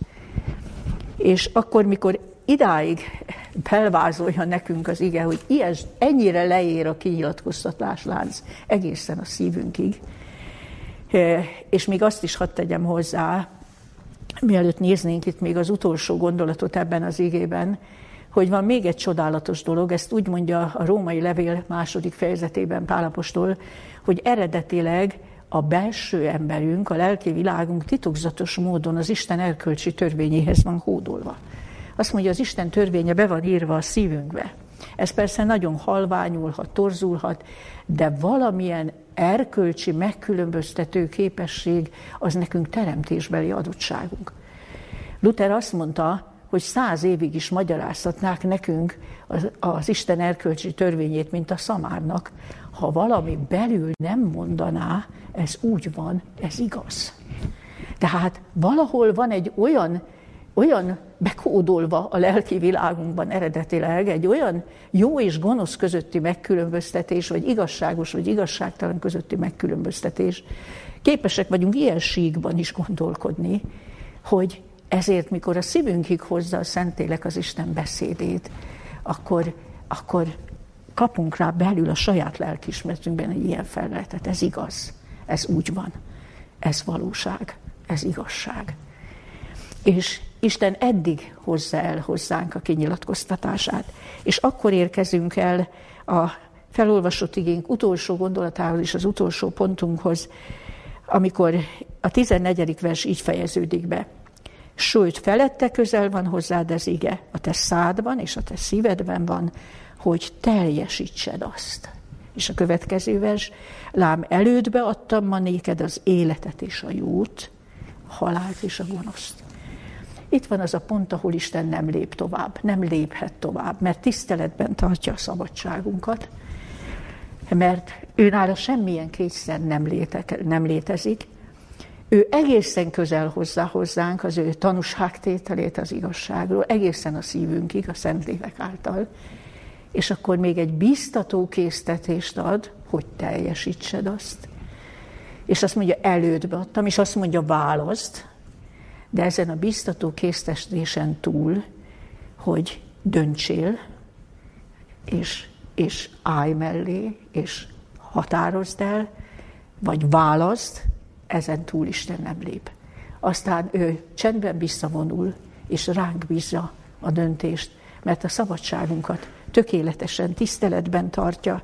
És akkor, mikor idáig felvázolja nekünk az ige, hogy ennyire leér a kinyilatkoztatás lánc egészen a szívünkig, és még azt is hadd tegyem hozzá, mielőtt néznénk itt még az utolsó gondolatot ebben az igében, hogy van még egy csodálatos dolog, ezt úgy mondja a Római Levél 2. fejezetében Pál apostol, hogy eredetileg a belső emberünk, a lelki világunk titokzatos módon az Isten erkölcsi törvényéhez van hódolva. Azt mondja, az Isten törvénye be van írva a szívünkbe. Ez persze nagyon halványulhat, torzulhat, de valamilyen erkölcsi megkülönböztető képesség az nekünk teremtésbeli adottságunk. Luther azt mondta, hogy 100 évig is magyarázhatnák nekünk az Isten erkölcsi törvényét, mint a szamárnak. Ha valami belül nem mondaná, ez úgy van, ez igaz. Tehát valahol van egy olyan bekódolva a lelki világunkban eredetileg, egy olyan jó és gonosz közötti megkülönböztetés, vagy igazságos, vagy igazságtalan közötti megkülönböztetés. Képesek vagyunk ilyen síkban is gondolkodni, hogy ezért, mikor a szívünkig hozza a Szentlélek az Isten beszédét, akkor kapunk rá belül a saját lelkiismeretünkben egy ilyen felületet. Ez igaz, ez úgy van, ez valóság, ez igazság. És Isten eddig hozza el hozzánk a kinyilatkoztatását. És akkor érkezünk el a felolvasott igénk utolsó gondolatához és az utolsó pontunkhoz, amikor a 14. vers így fejeződik be. Sőt, felette közel van hozzád az ige, a te szádban és a te szívedben van, hogy teljesítsed azt. És a következő vers, lám elődbe adtam ma néked az életet és a jót, a halált és a gonoszt. Itt van az a pont, ahol Isten nem lép tovább, nem léphet tovább, mert tiszteletben tartja a szabadságunkat, mert őnála semmilyen kényszer nem létezik. Ő egészen közel hozzá hozzánk az ő tanúságtételét az igazságról, egészen a szívünkig, a Szentlélek által, és akkor még egy bíztató késztetést ad, hogy teljesítsed azt. És azt mondja, elődbe adtam, és azt mondja, válaszd, de ezen a bíztató késztetésen túl, hogy döntsél, és állj mellé, és határozd el, vagy válaszd, ezen túl Isten nem lép. Aztán ő csendben visszavonul, és ránk bízza a döntést, mert a szabadságunkat tökéletesen tiszteletben tartja.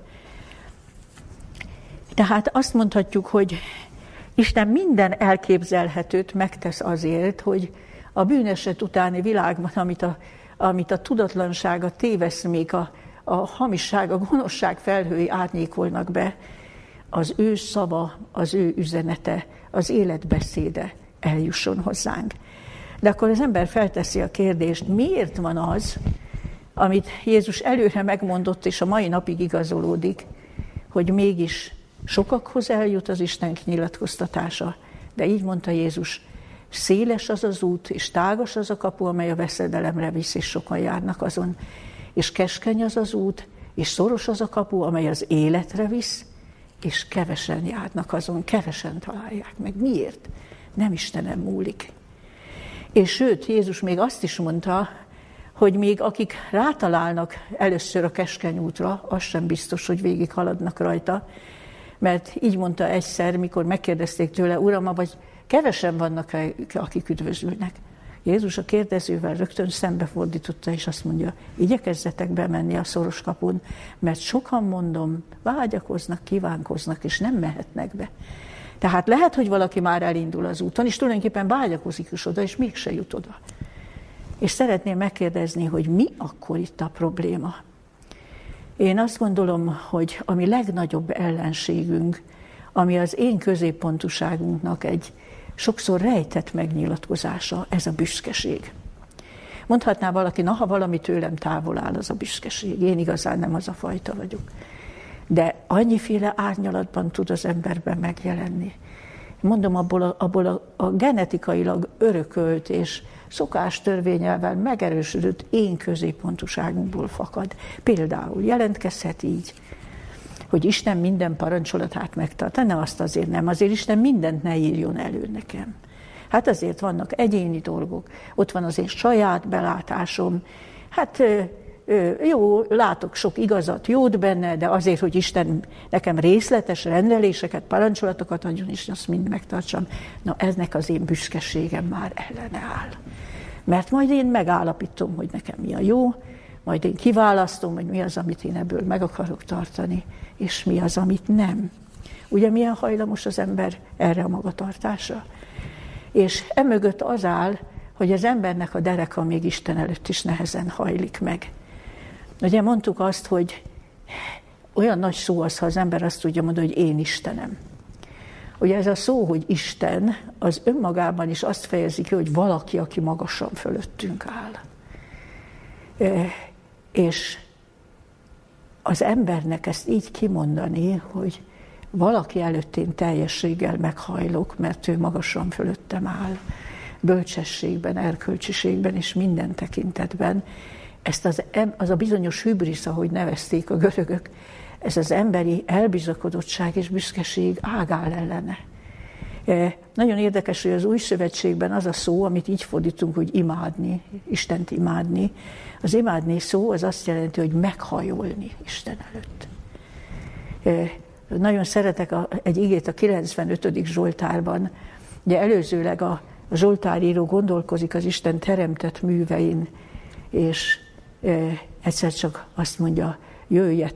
Tehát azt mondhatjuk, hogy Isten minden elképzelhetőt megtesz azért, hogy a bűneset utáni világban, amit a tudatlanság, a téveszmék, a hamisság, a gonoszság felhői árnyékolnak be, az ő szava, az ő üzenete, az életbeszéde eljusson hozzánk. De akkor az ember felteszi a kérdést, miért van az, amit Jézus előre megmondott, és a mai napig igazolódik, hogy mégis sokakhoz eljut az Isten kinyilatkoztatása, de így mondta Jézus, széles az az út, és tágas az a kapu, amely a veszedelemre visz, és sokan járnak azon, és keskeny az az út, és szoros az a kapu, amely az életre visz, és kevesen járnak azon, kevesen találják meg. Miért? Nem Istenem múlik. És sőt, Jézus még azt is mondta, hogy még akik rátalálnak először a keskeny útra, az sem biztos, hogy végig haladnak rajta, mert így mondta egyszer, mikor megkérdezték tőle, Uram, vagy kevesen vannak, akik üdvözülnek. Jézus a kérdezővel rögtön szembefordította, és azt mondja, igyekezzetek bemenni a szoros kapun, mert sokan, mondom, vágyakoznak, kívánkoznak, és nem mehetnek be. Tehát lehet, hogy valaki már elindul az úton, és tulajdonképpen vágyakozik is oda, és mégse jut oda. És szeretném megkérdezni, hogy mi akkor itt a probléma? Én azt gondolom, hogy a mi legnagyobb ellenségünk, ami az én középpontúságunknak egy sokszor rejtett megnyilatkozása, ez a büszkeség. Mondhatná valaki, na, ha valami tőlem távol áll, az a büszkeség. Én igazán nem az a fajta vagyok. De annyiféle árnyalatban tud az emberben megjelenni. Mondom, abból a genetikailag örökölt és szokástörvényelvel megerősödött én középpontúságunkból fakad. Például jelentkezhet így, hogy Isten minden parancsolatát megtartja. Ne, azt azért nem, azért Isten mindent ne írjon elő nekem. Hát azért vannak egyéni dolgok, ott van az én saját belátásom, hát jó, látok sok igazat, jót benne, de azért, hogy Isten nekem részletes rendeléseket, parancsolatokat adjon, és azt mind megtartsam, na ennek az én büszkeségem már ellene áll. Mert majd én megállapítom, hogy nekem mi a jó, majd én kiválasztom, hogy mi az, amit én ebből meg akarok tartani, és mi az, amit nem. Ugye milyen hajlamos az ember erre a magatartásra? És emögött az áll, hogy az embernek a dereka még Isten előtt is nehezen hajlik meg. Ugye mondtuk azt, hogy olyan nagy szó az, ha az ember azt tudja mondani, hogy én Istenem. Ugye ez a szó, hogy Isten, az önmagában is azt fejezi ki, hogy valaki, aki magasan fölöttünk áll. És az embernek ezt így kimondani, hogy valaki előtt én teljességgel meghajlok, mert ő magasan fölöttem áll, bölcsességben, erkölcsiségben és minden tekintetben, ezt az a bizonyos hübrisz, ahogy nevezték a görögök, ez az emberi elbizakodottság és büszkeség ágál ellene. Nagyon érdekes, hogy az Új Szövetségben az a szó, amit így fordítunk, hogy imádni, Istent imádni, az imádni szó az azt jelenti, hogy meghajolni Isten előtt. Nagyon szeretek egy igét a 95. Zsoltárban, ugye előzőleg a zsoltáríró gondolkozik az Isten teremtett művein, és egyszer csak azt mondja, jöjjetek,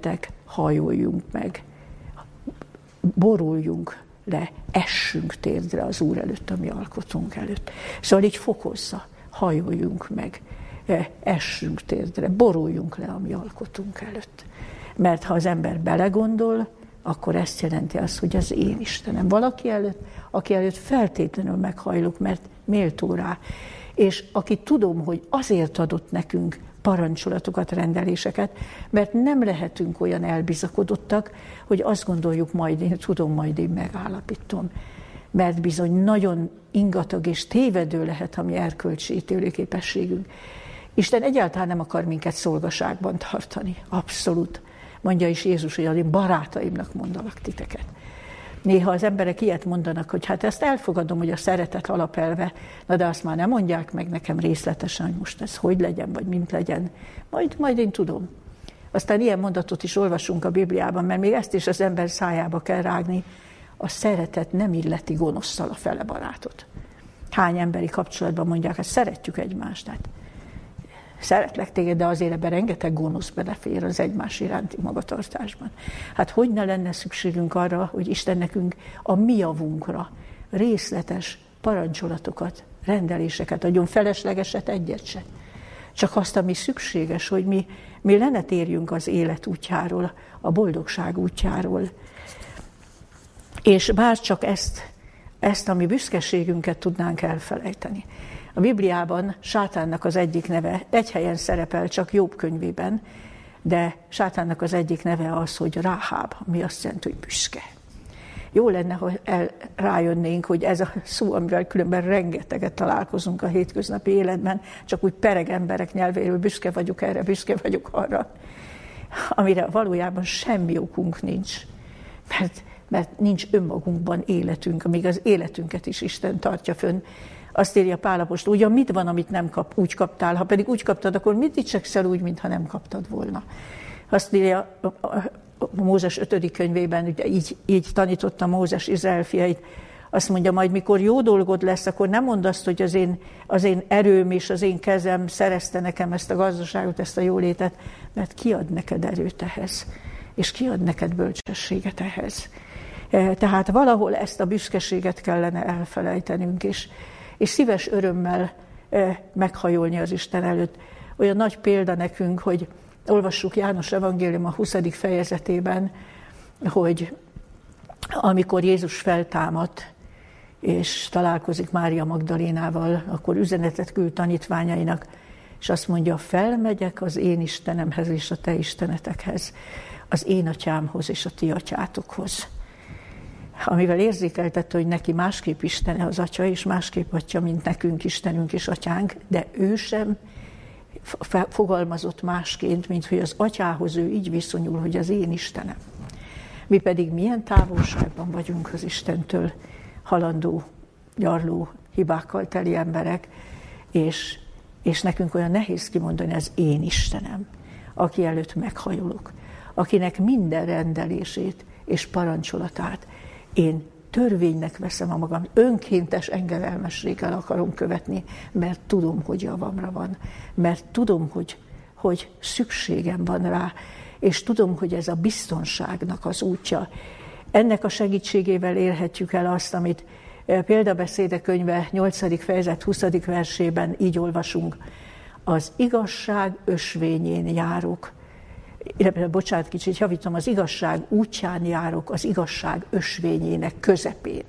hajoljunk meg, boruljunk le, essünk térdre az Úr előtt, a mi alkotónk előtt. Szóval így fokozza, hajoljunk meg, essünk térdre, boruljunk le a mi alkotónk előtt. Mert ha az ember belegondol, akkor ezt jelenti azt, hogy az én Istenem. Valaki előtt, aki előtt feltétlenül meghajlok, mert méltó rá. És aki tudom, hogy azért adott nekünk parancsolatokat, rendeléseket, mert nem lehetünk olyan elbizakodottak, hogy azt gondoljuk, majd én tudom, majd én megállapítom. Mert bizony nagyon ingatag és tévedő lehet a mi erkölcsi ítélőképességünk. Isten egyáltalán nem akar minket szolgaságban tartani. Abszolút. Mondja is Jézus, hogy én barátaimnak mondalak titeket. Néha az emberek ilyet mondanak, hogy hát ezt elfogadom, hogy a szeretet alapelve, na de azt már nem mondják meg nekem részletesen, hogy most ez hogy legyen, vagy mint legyen. Majd én tudom. Aztán ilyen mondatot is olvasunk a Bibliában, mert még ezt is az ember szájába kell rágni. A szeretet nem illeti gonoszszal a fele barátot. Hány emberi kapcsolatban mondják, hogy szeretjük egymást, hát szeretlek téged, de azért ebben rengeteg gonosz belefér az egymás iránti magatartásban. Hát hogy ne lenne szükségünk arra, hogy Isten nekünk a mi javunkra részletes parancsolatokat, rendeléseket adjon, feleslegeset egyet se. Csak azt, ami szükséges, hogy mi le ne térjünk az élet útjáról, a boldogság útjáról. És bár csak ezt a mi büszkeségünket tudnánk elfelejteni. A Bibliában sátánnak az egyik neve, egy helyen szerepel, csak Jobb könyvében, de sátánnak az egyik neve az, hogy Ráháb, ami azt jelenti, hogy büszke. Jó lenne, ha rájönnénk, hogy ez a szó, amivel különben rengeteget találkozunk a hétköznapi életben, csak úgy pereg emberek nyelvéről, büszke vagyok erre, büszke vagyok arra, amire valójában semmi okunk nincs, mert nincs önmagunkban életünk, amíg az életünket is Isten tartja fönn. Azt írja Pál apostol, ugyan mit van, amit nem úgy kaptál, ha pedig úgy kaptad, akkor mit dicsekszel úgy, mintha nem kaptad volna. Azt írja Mózes 5. könyvében, ugye így tanította Mózes Izrael fiait, azt mondja, majd mikor jó dolgod lesz, akkor nem mondd azt, hogy az én erőm és az én kezem szerezte nekem ezt a gazdaságot, ezt a jólétet, mert ki ad neked erőt ehhez, és ki ad neked bölcsességet ehhez. Tehát valahol ezt a büszkeséget kellene elfelejtenünk, és szíves örömmel meghajolni az Isten előtt. Olyan nagy példa nekünk, hogy olvassuk János evangélium a 20. fejezetében, hogy amikor Jézus feltámadt, és találkozik Mária Magdalénával, akkor üzenetet küld tanítványainak, és azt mondja, felmegyek az én Istenemhez és a te istenetekhez, az én atyámhoz és a ti atyátokhoz. Amivel érzékeltette, hogy neki másképp Istene az atya, és másképp atya, mint nekünk Istenünk és atyánk, de ő sem fogalmazott másként, mint hogy az atyához ő így viszonyul, hogy az én Istenem. Mi pedig milyen távolságban vagyunk az Istentől, halandó, gyarló, hibákkal teli emberek, és nekünk olyan nehéz kimondani, ez én Istenem, aki előtt meghajolok, akinek minden rendelését és parancsolatát én törvénynek veszem a magam, önkéntes engedelmességgel akarom követni, mert tudom, hogy javamra van, mert tudom, hogy szükségem van rá, és tudom, hogy ez a biztonságnak az útja. Ennek a segítségével érhetjük el azt, amit Példabeszédek könyve 8. fejezet 20. versében így olvasunk. Az igazság ösvényén járok. Bocsánat, kicsit javítom, az igazság útján járok, az igazság ösvényének közepén.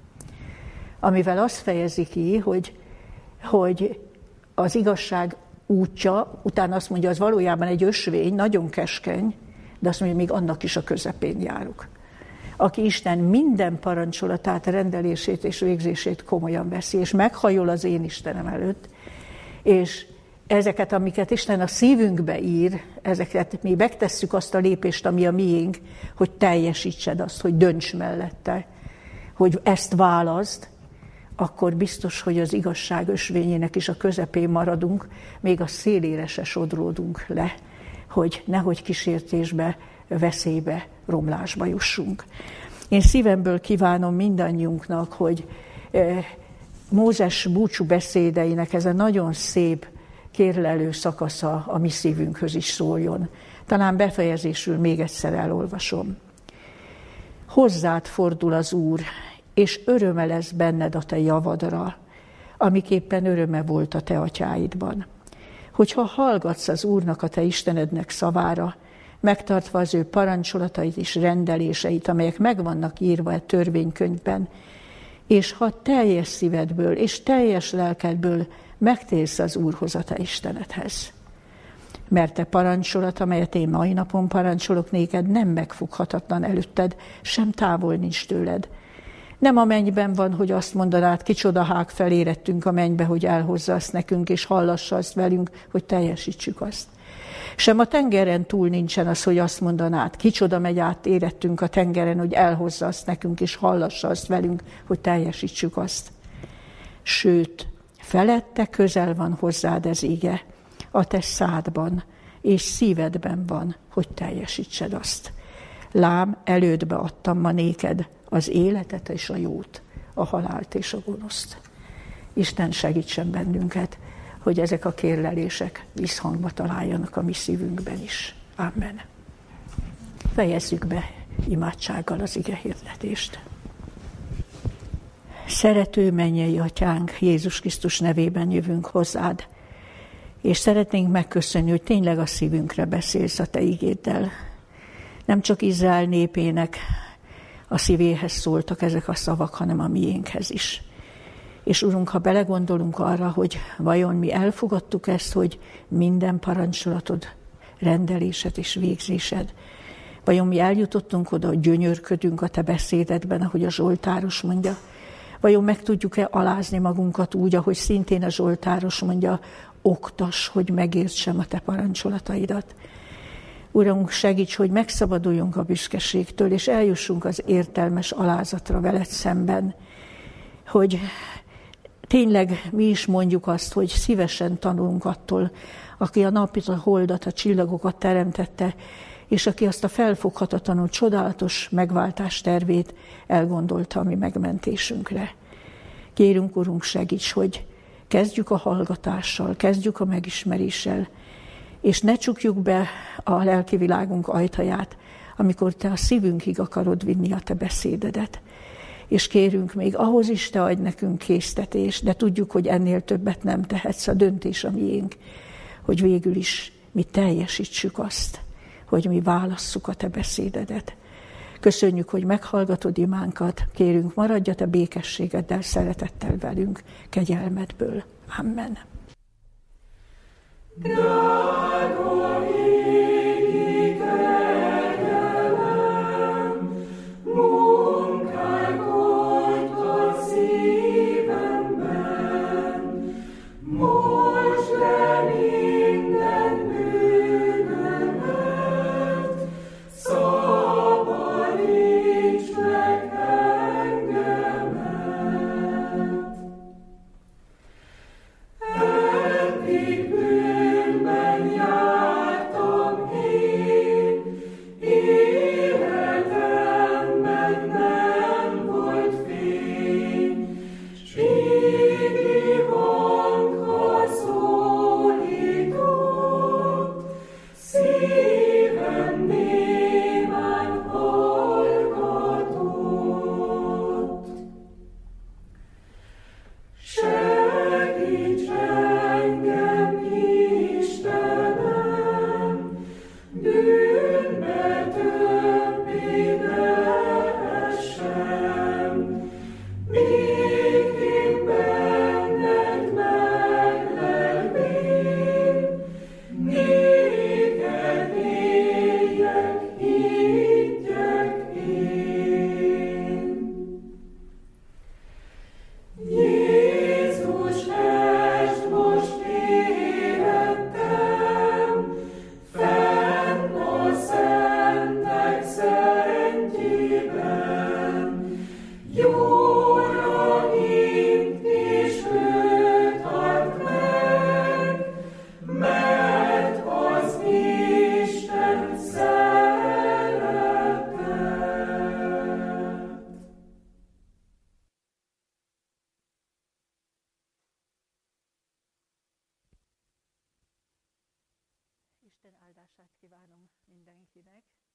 Amivel azt fejezi ki, hogy az igazság útja, utána azt mondja, az valójában egy ösvény, nagyon keskeny, de azt mondja, még annak is a közepén járok. Aki Isten minden parancsolatát, rendelését és végzését komolyan veszi, és meghajol az én Istenem előtt, és ezeket, amiket Isten a szívünkbe ír, ezeket mi megtesszük azt a lépést, ami a miénk, hogy teljesítsed azt, hogy dönts mellette, hogy ezt válaszd, akkor biztos, hogy az igazság ösvényének is a közepén maradunk, még a szélére se sodródunk le, hogy nehogy kísértésbe, veszélybe, romlásba jussunk. Én szívemből kívánom mindannyiunknak, hogy Mózes búcsú beszédeinek ez a nagyon szép kérlelő szakasza a mi szívünkhöz is szóljon. Talán befejezésül még egyszer elolvasom. Hozzád fordul az Úr, és öröme lesz benned a te javadra, amiképpen öröme volt a te atyáidban. Hogyha hallgatsz az Úrnak, a te Istenednek szavára, megtartva az ő parancsolatait és rendeléseit, amelyek meg vannak írva a törvénykönyvben, és ha teljes szívedből és teljes lelkedből megtérsz az Úrhoz, a te Istenedhez. Mert te parancsolat, amelyet én mai napon parancsolok néked, nem megfoghatatlan előtted, sem távol nincs tőled. Nem a mennyben van, hogy azt mondanád, kicsoda hág felérettünk a mennybe, hogy elhozza azt nekünk, és hallassa azt velünk, hogy teljesítsük azt. Sem a tengeren túl nincsen az, hogy azt mondanád, kicsoda megy át érettünk a tengeren, hogy elhozza azt nekünk, és hallassa azt velünk, hogy teljesítsük azt. Sőt, felette közel van hozzád ez ige, a te szádban és szívedben van, hogy teljesítsed azt. Lám, elődbe adtam ma néked az életet és a jót, a halált és a gonoszt. Isten segítsen bennünket, hogy ezek a kérlelések visszhangba találjanak a mi szívünkben is. Amen. Fejezzük be imádsággal az ige hirdetést. Szerető mennyei Atyánk, Jézus Krisztus nevében jövünk hozzád, és szeretnénk megköszönni, hogy tényleg a szívünkre beszélsz a te igéddel. Nem csak Izrael népének a szívéhez szóltak ezek a szavak, hanem a miénkhez is. És Urunk, ha belegondolunk arra, hogy vajon mi elfogadtuk ezt, hogy minden parancsolatod, rendelésed és végzésed, vajon mi eljutottunk oda, hogy gyönyörködünk a te beszédedben, ahogy a Zsoltáros mondja, vajon meg tudjuk-e alázni magunkat úgy, ahogy szintén a Zsoltáros mondja, oktass, hogy megértsem a te parancsolataidat. Urunk, segíts, hogy megszabaduljunk a büszkeségtől, és eljussunk az értelmes alázatra veled szemben, hogy tényleg mi is mondjuk azt, hogy szívesen tanulunk attól, aki a napot, a holdat, a csillagokat teremtette, és aki azt a felfoghatatlanul csodálatos megváltás tervét elgondolta a mi megmentésünkre. Kérünk, Urunk, segíts, hogy kezdjük a hallgatással, kezdjük a megismeréssel, és ne csukjuk be a lelki világunk ajtaját, amikor te a szívünkig akarod vinni a te beszédedet. És kérünk, még ahhoz is te adj nekünk késztetést, de tudjuk, hogy ennél többet nem tehetsz, a döntés a miénk, hogy végül is mi teljesítsük azt, hogy mi válasszuk a te beszédedet. Köszönjük, hogy meghallgatod imánkat, kérünk, maradj a te békességeddel, szeretettel velünk, kegyelmedből. Amen. Drága égi kegyelem, munkálkodj a szívemben, most le minden bűnömet, szabadíts meg engemet. Eddig bűnben jártam én, életemben nem volt fény, s égi hanghoz szólított, szívem némán hallgatott. Segíts engem, Istenem, bűnbe többé ne essem, míg én benned meglevén, néked éljek, higgyek én. Jézus, est most érettem, fenn a Isten áldását kívánom mindenkinek.